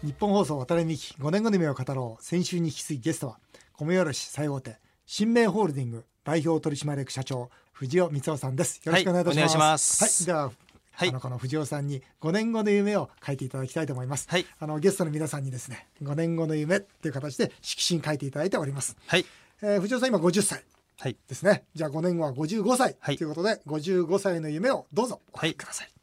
日本放送渡辺美希5年後の夢を語ろう。先週に引き継ぎゲストは米卸最大手新明ホールディング代表取締役社長藤尾光雄さんです。よろしくお願いいたします。 お願いします。 はい、では、この藤尾さんに5年後の夢を書いていただきたいと思います。ゲストの皆さんにですね5年後の夢という形で色紙に書いていただいております。藤尾さん今50歳ですね。じゃあ5年後は55歳ということで、55歳の夢をどうぞお書きください。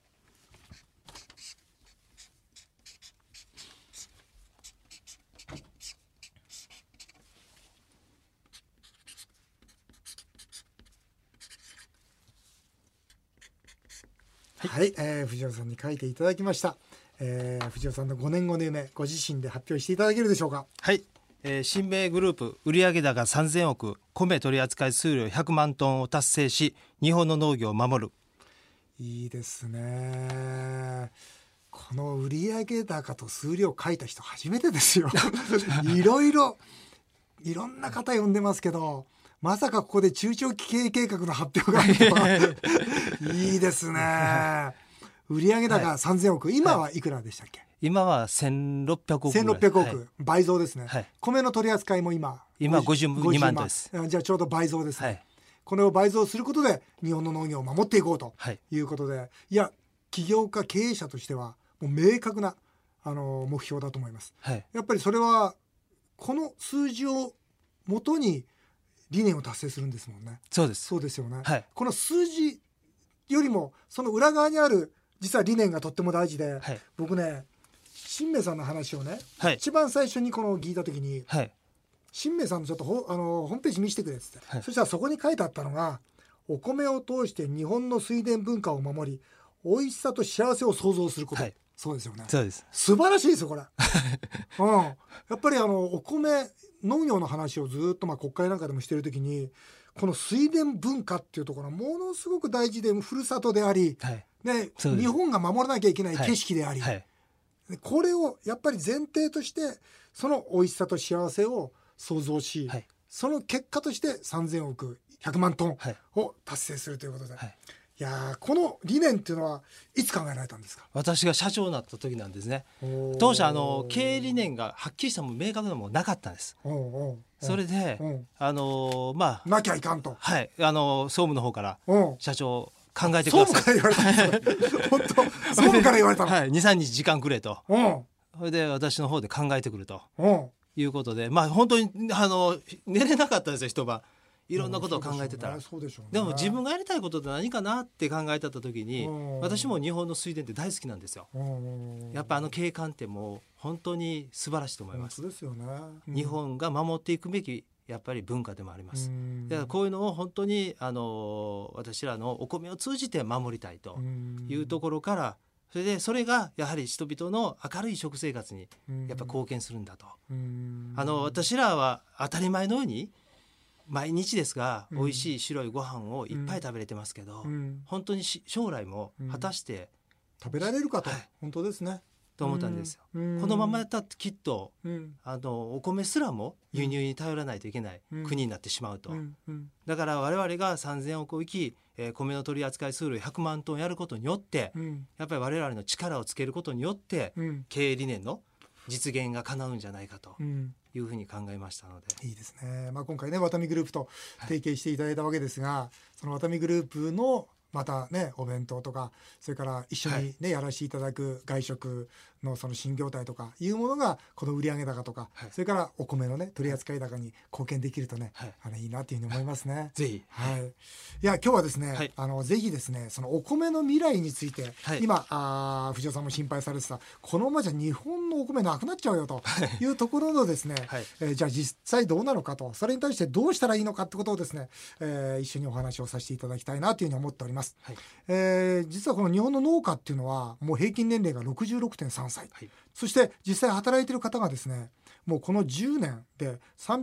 藤尾さんに書いていただきました。藤尾さんの5年後の夢、ご自身で発表していただけるでしょうか。 新明グループ売上高3000億米取扱数量100万トンを達成し日本の農業を守る。 いいですね。この売上高と数量書いた人初めてですよいろんな方呼んでますけど、まさかここで中長期経営計画の発表があるとはいいですね。売上高3000億、今はいくらでしたっけ。 今は1600億 1600億、倍増ですね。米の取り扱いも今 52万です。 じゃあちょうど倍増ですね。これを倍増することで日本の農業を守っていこうということで、いや起業家経営者としてはもう明確な目標だと思います。やっぱりそれはこの数字をもとに理念を達成するんですもんね。 そうですよね。この数字よりもその裏側にある実は理念がとっても大事で、僕ね新明さんの話をね、一番最初にこの聞いた時に、新明さんのちょっとホームページ見せてくれって言って、そしたらそこに書いてあったのが、お米を通して日本の水田文化を守り美味しさと幸せを創造すること、そうですよね。 そうです。 素晴らしいですよこれやっぱりお米農業の話をずっと国会なんかでもしてる時に、この水田文化っていうところはものすごく大事で、ふるさとであり、日本が守らなきゃいけない景色であり、これをやっぱり前提としてその美味しさと幸せを創造し、その結果として3000億100万トンを達成するということで、いやこの理念っていうのはいつ考えられたんですか。 私が社長になった時なんですね。当初経営理念がはっきりしたも明確なものなかったんです。それでなきゃいかんと、 総務の方から社長考えてください。 総務から言われたんですか。本当総務から言われたの。 2、3日時間くれと。それで私の方で考えてくるということで、本当に寝れなかったんですよ一晩。いろんなことを考えてたら、でも自分がやりたいことって何かなって考えてた時に、私も日本の水田って大好きなんですよ。やっぱ景観ってもう本当に素晴らしいと思います。日本が守っていくべきやっぱり文化でもあります。だからこういうのを本当に私らのお米を通じて守りたいというところから、それがやはり人々の明るい食生活にやっぱ貢献するんだと。私らは当たり前のように毎日ですが美味しい白いご飯をいっぱい食べれてますけど、本当に将来も果たして食べられるかと、本当ですねと思ったんですよ。このままやったらきっとお米すらも輸入に頼らないといけない国になってしまうと。だから我々が3000億を生き米の取り扱い数量100万トンやることによって、やっぱり我々の力をつけることによって、経営理念の実現が叶うんじゃないかというふうに考えましたので、 いいですね。今回ねワタミグループと提携していただいたわけですが、そのワタミグループのまたねお弁当とか、それから一緒にね、やらせていただく外食のその新業態とかいうものがこの売上高とか、それからお米のね取り扱い高に貢献できるとね、いいなっていうふうに思いますね。 ぜひ、 いや今日はですね、ぜひですねそのお米の未来について、今藤尾さんも心配されてたこのままじゃ日本のお米なくなっちゃうよというところのですね、じゃあ実際どうなのかと、それに対してどうしたらいいのかってことをですね、一緒にお話をさせていただきたいなというふうに思っております。実はこの日本の農家っていうのはもう平均年齢が66.3歳、そして実際働いている方がですねもうこの10年で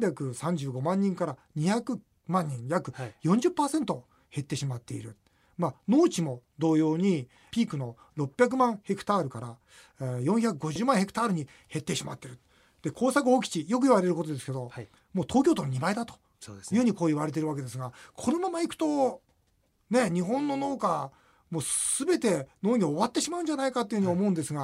335万人から200万人、約 40% 減ってしまっている。農地も同様にピークの600万ヘクタールから450万ヘクタールに減ってしまっている。で耕作放棄地、よく言われることですけど、もう東京都の2倍だというふうにこう言われているわけですが、このままいくと日本の農家もう全て農業終わってしまうんじゃないかというふうに思うんですが、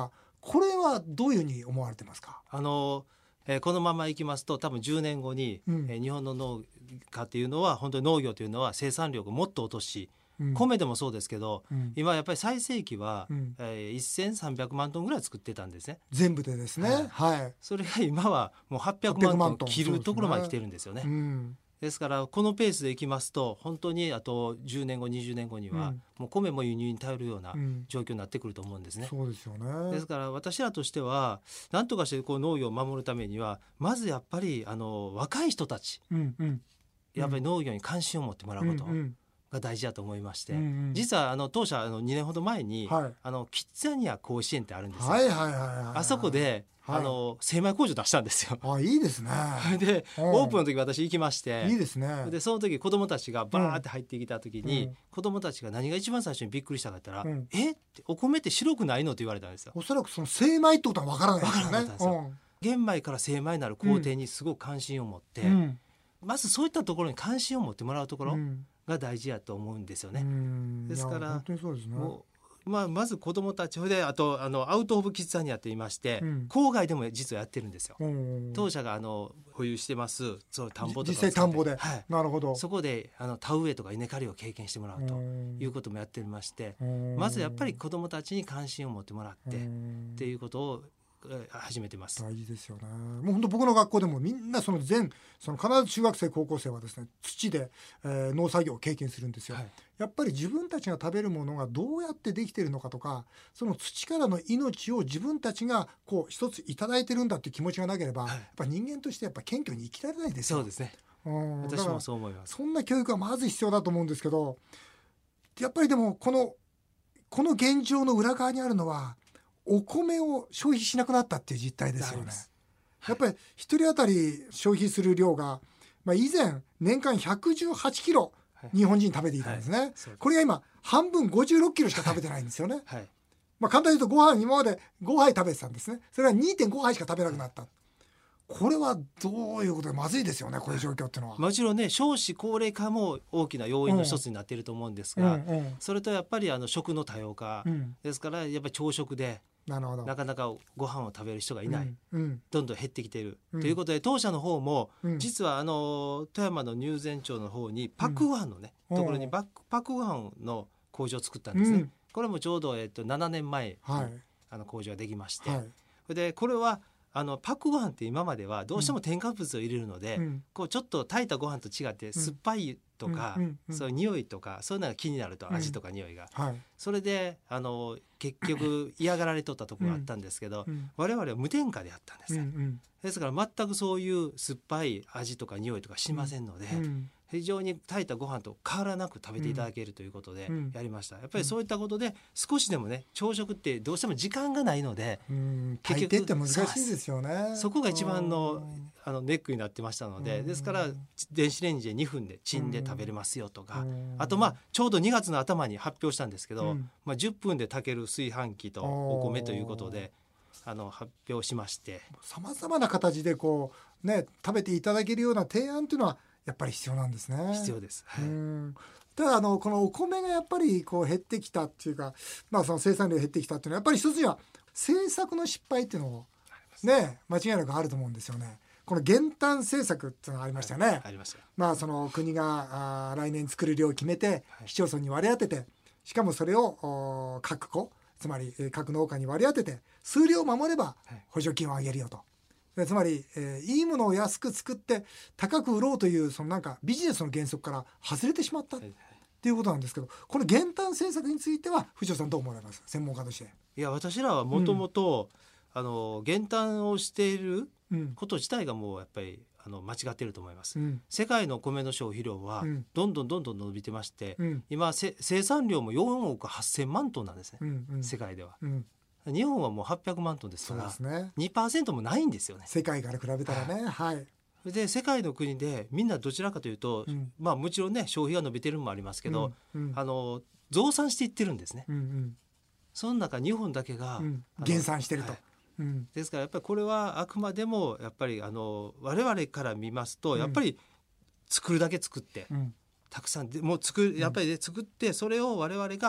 これはどういうふうに思われてますか？ このままいきますと多分10年後に、日本の農家っていうのは本当に農業というのは生産量がもっと落とし、米でもそうですけど、今やっぱり最盛期は、1300万トンぐらい作ってたんですね、 全部でですね、はい、 それが今はもう800万トン切るところまで来てるんですよね。ですからこのペースでいきますと本当にあと10年後20年後には、もう米も輸入に頼るような状況になってくると思うんですね。 そうですよね。 ですから私らとしては何とかしてこう農業を守るためにはまずやっぱり若い人たち、やっぱり農業に関心を持ってもらうことが大事だと思いまして、実は当社2年ほど前に、キッザニア甲子園ってあるんですよ。あそこで精米工場出したんですよ。 いいですね。 でオープンの時私行きまして、 いいですね。 でその時子供たちがバーって入ってきた時に、子供たちが何が一番最初にびっくりしたかったら、えってお米って白くないのって言われたんですよ。 おそらくその精米ってことは分からないですよね。分からなかったんですよ。 玄米から精米になる工程にすごく関心を持って、まずそういったところに関心を持ってもらうところが大事やと思うんですよね。ですから本当にそうですね。 まず子どもたちであとアウト・オブ・キッザニアと言いまして、郊外でも実はやってるんですよ。当社が保有してますそう田んぼとか実際田んぼで、なるほど。 そこで田植えとか稲刈りを経験してもらうということもやってまして、まずやっぱり子どもたちに関心を持ってもらってっていうことを始めてます。 大事ですよね。もう本当僕の学校でもみんなその必ず中学生高校生はですね土で、農作業を経験するんですよ。やっぱり自分たちが食べるものがどうやってできているのかとか、その土からの命を自分たちがこう一ついただいてるんだっていう気持ちがなければ、やっぱ人間としてやっぱ謙虚に生きられないですよ。 そうですね。私もそう思います。 そんな教育はまず必要だと思うんですけど、やっぱりでもこの現状の裏側にあるのはお米を消費しなくなったっていう実態ですよね。やっぱり一人当たり消費する量が、以前年間118キロ日本人食べていたんですね。これが今半分56キロしか食べてないんですよね。簡単に言うとご飯今まで5杯食べてたんですね。それが 2.5 杯しか食べなくなった。これはどういうことでまずいですよね、こういう状況っていうのは。 もちろんね、少子高齢化も大きな要因の一つになっていると思うんですが、それとやっぱり食の多様化ですから、やっぱり朝食でなかなかご飯を食べる人がいない、どんどん減ってきている、ということで当社の方も、実は富山の入善町の方にパックご飯のね、ところにパックご飯の工場を作ったんですね。これもちょうど7年前に工場ができまして、でこれはパックご飯って今まではどうしても添加物を入れるので、こうちょっと炊いたご飯と違って酸っぱいとか、そういう匂いとかそういうのが気になると、味とか匂いが、それで結局嫌がられとったところがあったんですけど、我々は無添加でやったんです、ですから全くそういう酸っぱい味とか匂いとかしませんので、非常に炊いたご飯と変わらなく食べていただけるということでやりました。やっぱりそういったことで少しでもね、朝食ってどうしても時間がないので、 炊いてって難しいですよね。 そこが一番のネックになってましたので、ですから電子レンジで2分でチンで食べれますよとか、あとちょうど2月の頭に発表したんですけど、10分で炊ける炊飯器とお米ということで発表しまして、 さまざまな形でこうね食べていただけるような提案というのはやっぱり必要なんですね。 必要です。 ただこのお米がやっぱりこう減ってきたっていうか、その生産量減ってきたっていうのはやっぱり一つには政策の失敗っていうのもね間違いなくあると思うんですよね。この減炭政策っていうのがありましたよね。 ありました。 その国が来年作る量を決めて市町村に割り当てて、しかもそれを各戸つまり各農家に割り当てて数量を守れば補助金を上げるよと。つまり、いいものを安く作って高く売ろうというそのなんかビジネスの原則から外れてしまったっていうことなんですけど、この減炭政策については藤尾さんどう思われます？専門家として。 いや、私らはもともと減炭をしていること自体がもうやっぱり間違っていると思います。世界の米の消費量はどんどん伸びてまして、今生産量も4億8000万トンなんですね、世界では。日本はもう800万トンですから、2% もないんですよね、 世界から比べたらね。 で世界の国でみんなどちらかというと、もちろんね消費が伸びてるのもありますけど、増産していってるんですね。その中日本だけが、 減産してると。 ですからやっぱりこれはあくまでもやっぱり我々から見ますと、やっぱり作るだけ作って、たくさんでもうやっぱり作ってそれを我々が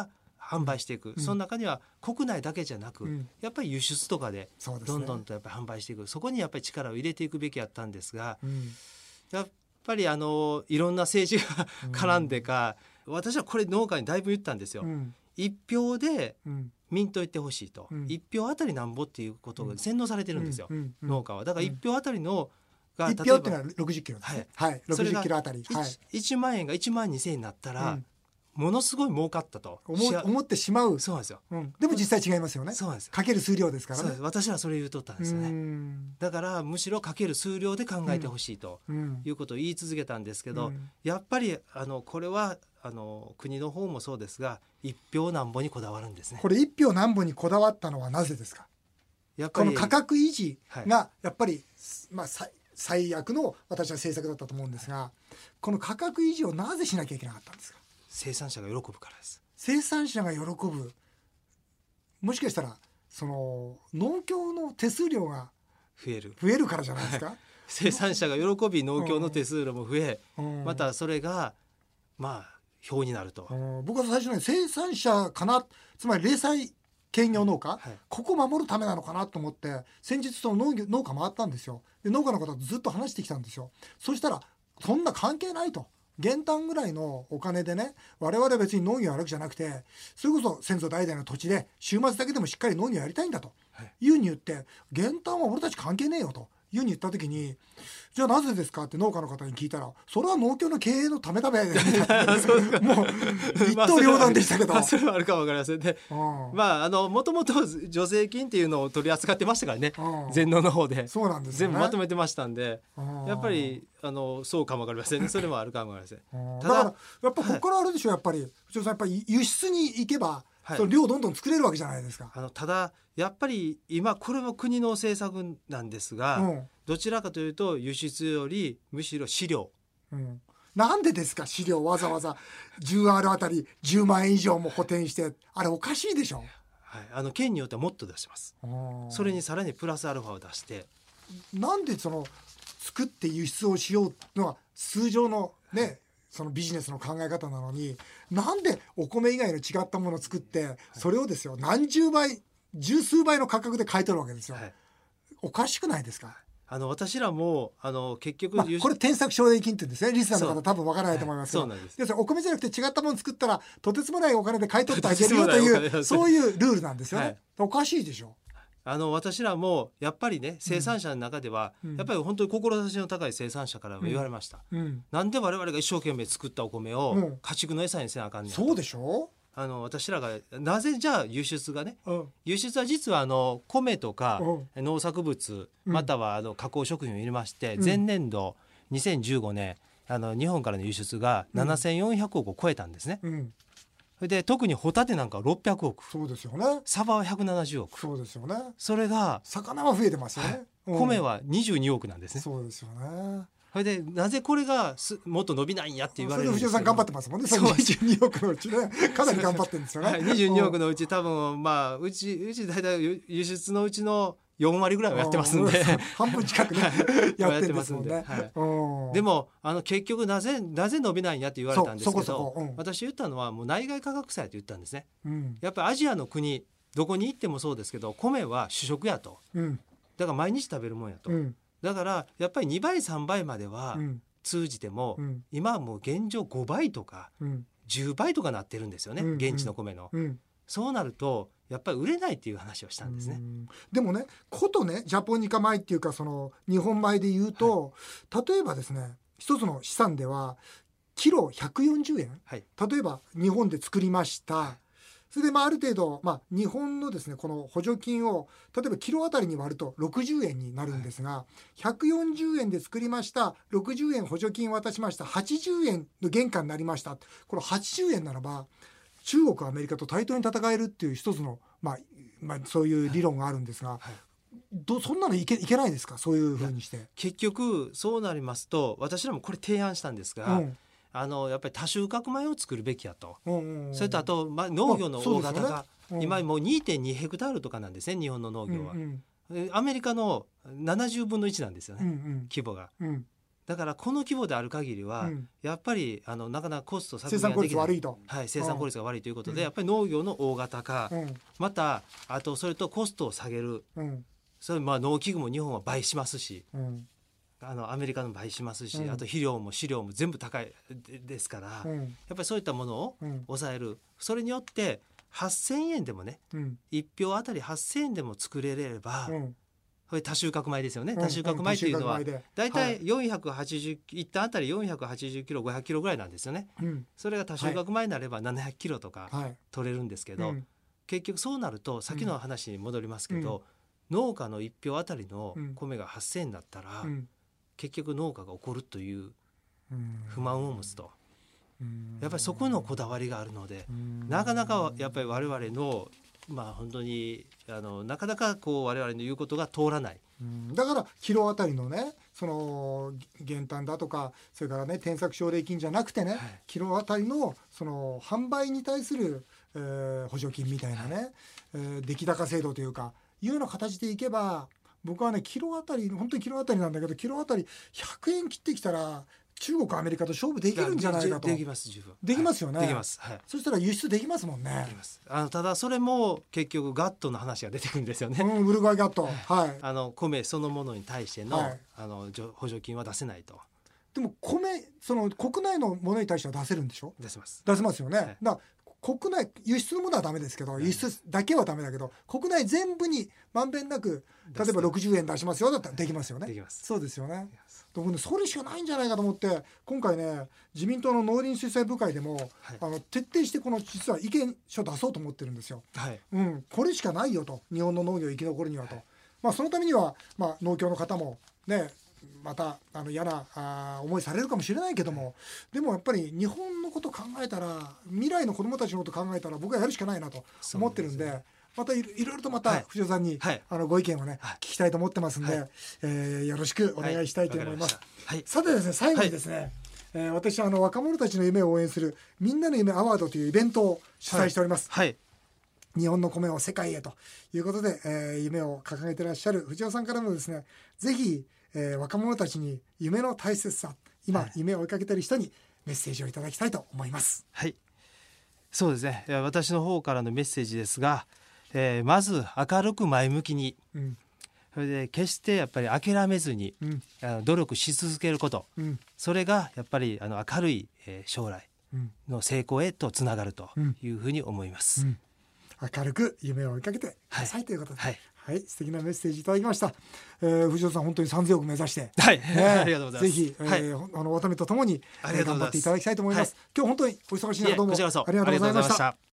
販売していく、その中には国内だけじゃなく、やっぱり輸出とかでどんどんとやっぱり販売していく、そこにやっぱり力を入れていくべきやったんですが、やっぱりいろんな政治が絡んでか、私はこれ農家にだいぶ言ったんですよ。1票でミント行ってほしいと、1票あたりなんぼっていうことが洗脳されてるんですよ、農家は。だから1票あたりのが1票っていうのは60キロですね。はい、60キロあたり、 1万円が1万2000円になったら、ものすごい儲かったと思ってしまう。 そうなんですよ、 でも実際違いますよね。 そうなんですよ。 かける数量ですからね。 私はそれ言うとったんですよね。だからむしろかける数量で考えてほしいということを言い続けたんですけど、やっぱりこれは国の方もそうですが、1票なんぼにこだわるんですね。 これ1票なんぼにこだわったのはなぜですか。やっぱりこの価格維持がやっぱり、最悪の私は政策だったと思うんですが、この価格維持をなぜしなきゃいけなかったんですか。 生産者が喜ぶからです。 生産者が喜ぶ。もしかしたらその農協の手数料が増えるからじゃないですか。 生産者が喜び農協の手数料も増え、またそれが票になると。 僕は最初に生産者かな、つまり零細兼業農家、ここを守るためなのかなと思って先日その農家回ったんですよ。で農家の方とずっと話してきたんですよ。そしたらそんな関係ないと。減反ぐらいのお金でね、我々は別に農業やるわけじゃなくて、それこそ先祖代々の土地で週末だけでもしっかり農業やりたいんだというふうに言って、減反は俺たち関係ねえよというふうに言った時に、じゃあなぜですかって農家の方に聞いたら、それは農協の経営のためだべもう一刀両断でしたけど、 それはあるかもわかりませんね。もともと助成金っていうのを取り扱ってましたからね、全農の方で。 そうなんですよね。 全部まとめてましたんで、やっぱりそうかもわかりませんね。それもあるかもわかりません。 だからやっぱここからあるでしょ、やっぱり藤尾さん、やっぱり輸出に行けば、その量どんどん作れるわけじゃないですか。 ただやっぱり今これも国の政策なんですが、どちらかというと輸出よりむしろ飼料、 なんでですか。飼料わざわざ10アールあたり10万円以上も補填して、あれおかしいでしょ。 県によってはもっと出します。それにさらにプラスアルファを出して、 なんでその作って輸出をしようのは通常のね、そのビジネスの考え方なのに、なんでお米以外の違ったものを作ってそれをですよ、何十倍十数倍の価格で買い取るわけですよ。おかしくないですか。 私らも結局、 これ転作奨励金って言うんですね。リスナーの方多分わからないと思いますけど、 そうなんです。 要するにお米じゃなくて違ったもの作ったらとてつもないお金で買い取ってあげるよというそういうルールなんですよね。おかしいでしょ。 私らもやっぱりね、生産者の中では、やっぱり本当に志の高い生産者からも言われました。なんで我々が一生懸命作ったお米を家畜の餌にせなあかんねんと。 そうでしょ。 私らがなぜじゃあ輸出がね、輸出は実は米とか農作物、または加工食品を入れまして、前年度2015年日本からの輸出が7400億を超えたんですね。それで特にホタテなんかは600億。 そうですよね。 サバは170億。 そうですよね。 それが魚は増えてますよね。 米は22億なんですね。 そうですよね。 それでなぜこれがもっと伸びないんやって言われるんですけど、 それで藤尾さん頑張ってますもんね。その22億のうちね、かなり頑張ってるんですよね。 22億のうち多分うち大体輸出のうちの4割ぐらいはやってますんで、 半分近くねやってますもんね。 でも結局なぜ伸びないんやって言われたんですけど、私言ったのはもう内外価格差やと言ったんですね。やっぱりアジアの国どこに行ってもそうですけど、米は主食やと、だから毎日食べるもんやと、だからやっぱり2倍3倍までは通じても、今はもう現状5倍とか10倍とかなってるんですよね、現地の米の。そうなるとやっぱり売れないっていう話をしたんですね。 でもね、ことね、ジャポニカ米っていうか、その日本米で言うと、例えばですね、一つの試算ではキロ140円、例えば日本で作りました。それである程度、日本のですね、この補助金を例えばキロあたりに割ると60円になるんですが、140円で作りました、60円補助金渡しました、80円の原価になりました。これ80円ならば中国アメリカと対等に戦えるっていう一つの、そういう理論があるんですが、そんなのいけないですか。そういうふうにして結局そうなりますと、私らもこれ提案したんですが、やっぱり多収穫米を作るべきやと、それとあと、農業の大型が、今もう 2.2 ヘクタールとかなんですね、日本の農業は。アメリカの70分の1なんですよね、規模が。 だからこの規模である限りは、やっぱりなかなかコスト削減生産効率悪いと、 生産効率が悪いということで、やっぱり農業の大型化、またあとそれとコストを下げる、それ農機具も日本は倍しますし、アメリカの倍しますし、あと肥料も飼料も全部高いですから、やっぱりそういったものを抑える、それによって8,000円でもね、1票あたり8,000円でも作れれば、これ多収穫米ですよね。多収穫米というのはだいたい480、1単あたり480キロ500キロぐらいなんですよね。それが多収穫米になれば700キロとか取れるんですけど、結局そうなるとさっきの話に戻りますけど、農家の1票あたりの米が8,000円だったら、結局農家が怒るという不満を持つと、やっぱりそこのこだわりがあるので、なかなかやっぱり我々の本当になかなか我々の言うことが通らない、 だからキロあたりのね、その減反だとか、それからね転作奨励金じゃなくてね、キロあたりのその販売に対する、補助金みたいなね、出来高制度というかいうような形でいけば、僕はねキロあたり、本当にキロあたりなんだけど、キロあたり100円切ってきたら中国アメリカと勝負できるんじゃないかと。 できます。十分できますよね。 できます、 そしたら輸出できますもんね。 できます。ただそれも結局ガットの話が出てくるんですよね。 ウルグアイガット、 米そのものに対しての、補助金は出せないと。 でも米、その国内のものに対しては出せるんでしょ。 出せます。 出せますよね。だ国内輸出のものはダメですけど、輸出だけはダメだけど、国内全部にまんべんなく、例えば60円出しますよだったらできますよね。 できます。 そうですよね。僕ね、それしかないんじゃないかと思って、今回ね自民党の農林水産部会でも、徹底してこの実は意見書出そうと思ってるんですよ。これしかないよと、日本の農業生き残るにはと、そのためには、農協の方もねまた嫌な思いされるかもしれないけども、でもやっぱり日本のこと考えたら、未来の子どもたちのこと考えたら僕はやるしかないなと思ってるんで、またいろいろとまた藤尾さんに、ご意見をね、聞きたいと思ってますんで、よろしくお願いしたいと思います。さてですね、最後にですね、私若者たちの夢を応援するみんなの夢アワードというイベントを主催しております。日本の米を世界へということで、夢を掲げてらっしゃる藤尾さんからもですね、ぜひ若者たちに夢の大切さ、今、夢を追いかけている人にメッセージをいただきたいと思います。 そうですね、私の方からのメッセージですが、まず明るく前向きに、それで決してやっぱり諦めずに、努力し続けること、それがやっぱり明るい将来の成功へとつながるというふうに思います。 明るく夢を追いかけてくださいということで、素敵なメッセージいただきました。藤尾さん、本当に3000億目指して、 ありがとうございます。 ぜひ、渡辺とともに頑張っていただきたいと思います。今日本当にお忙しい中どうもありがとうございました。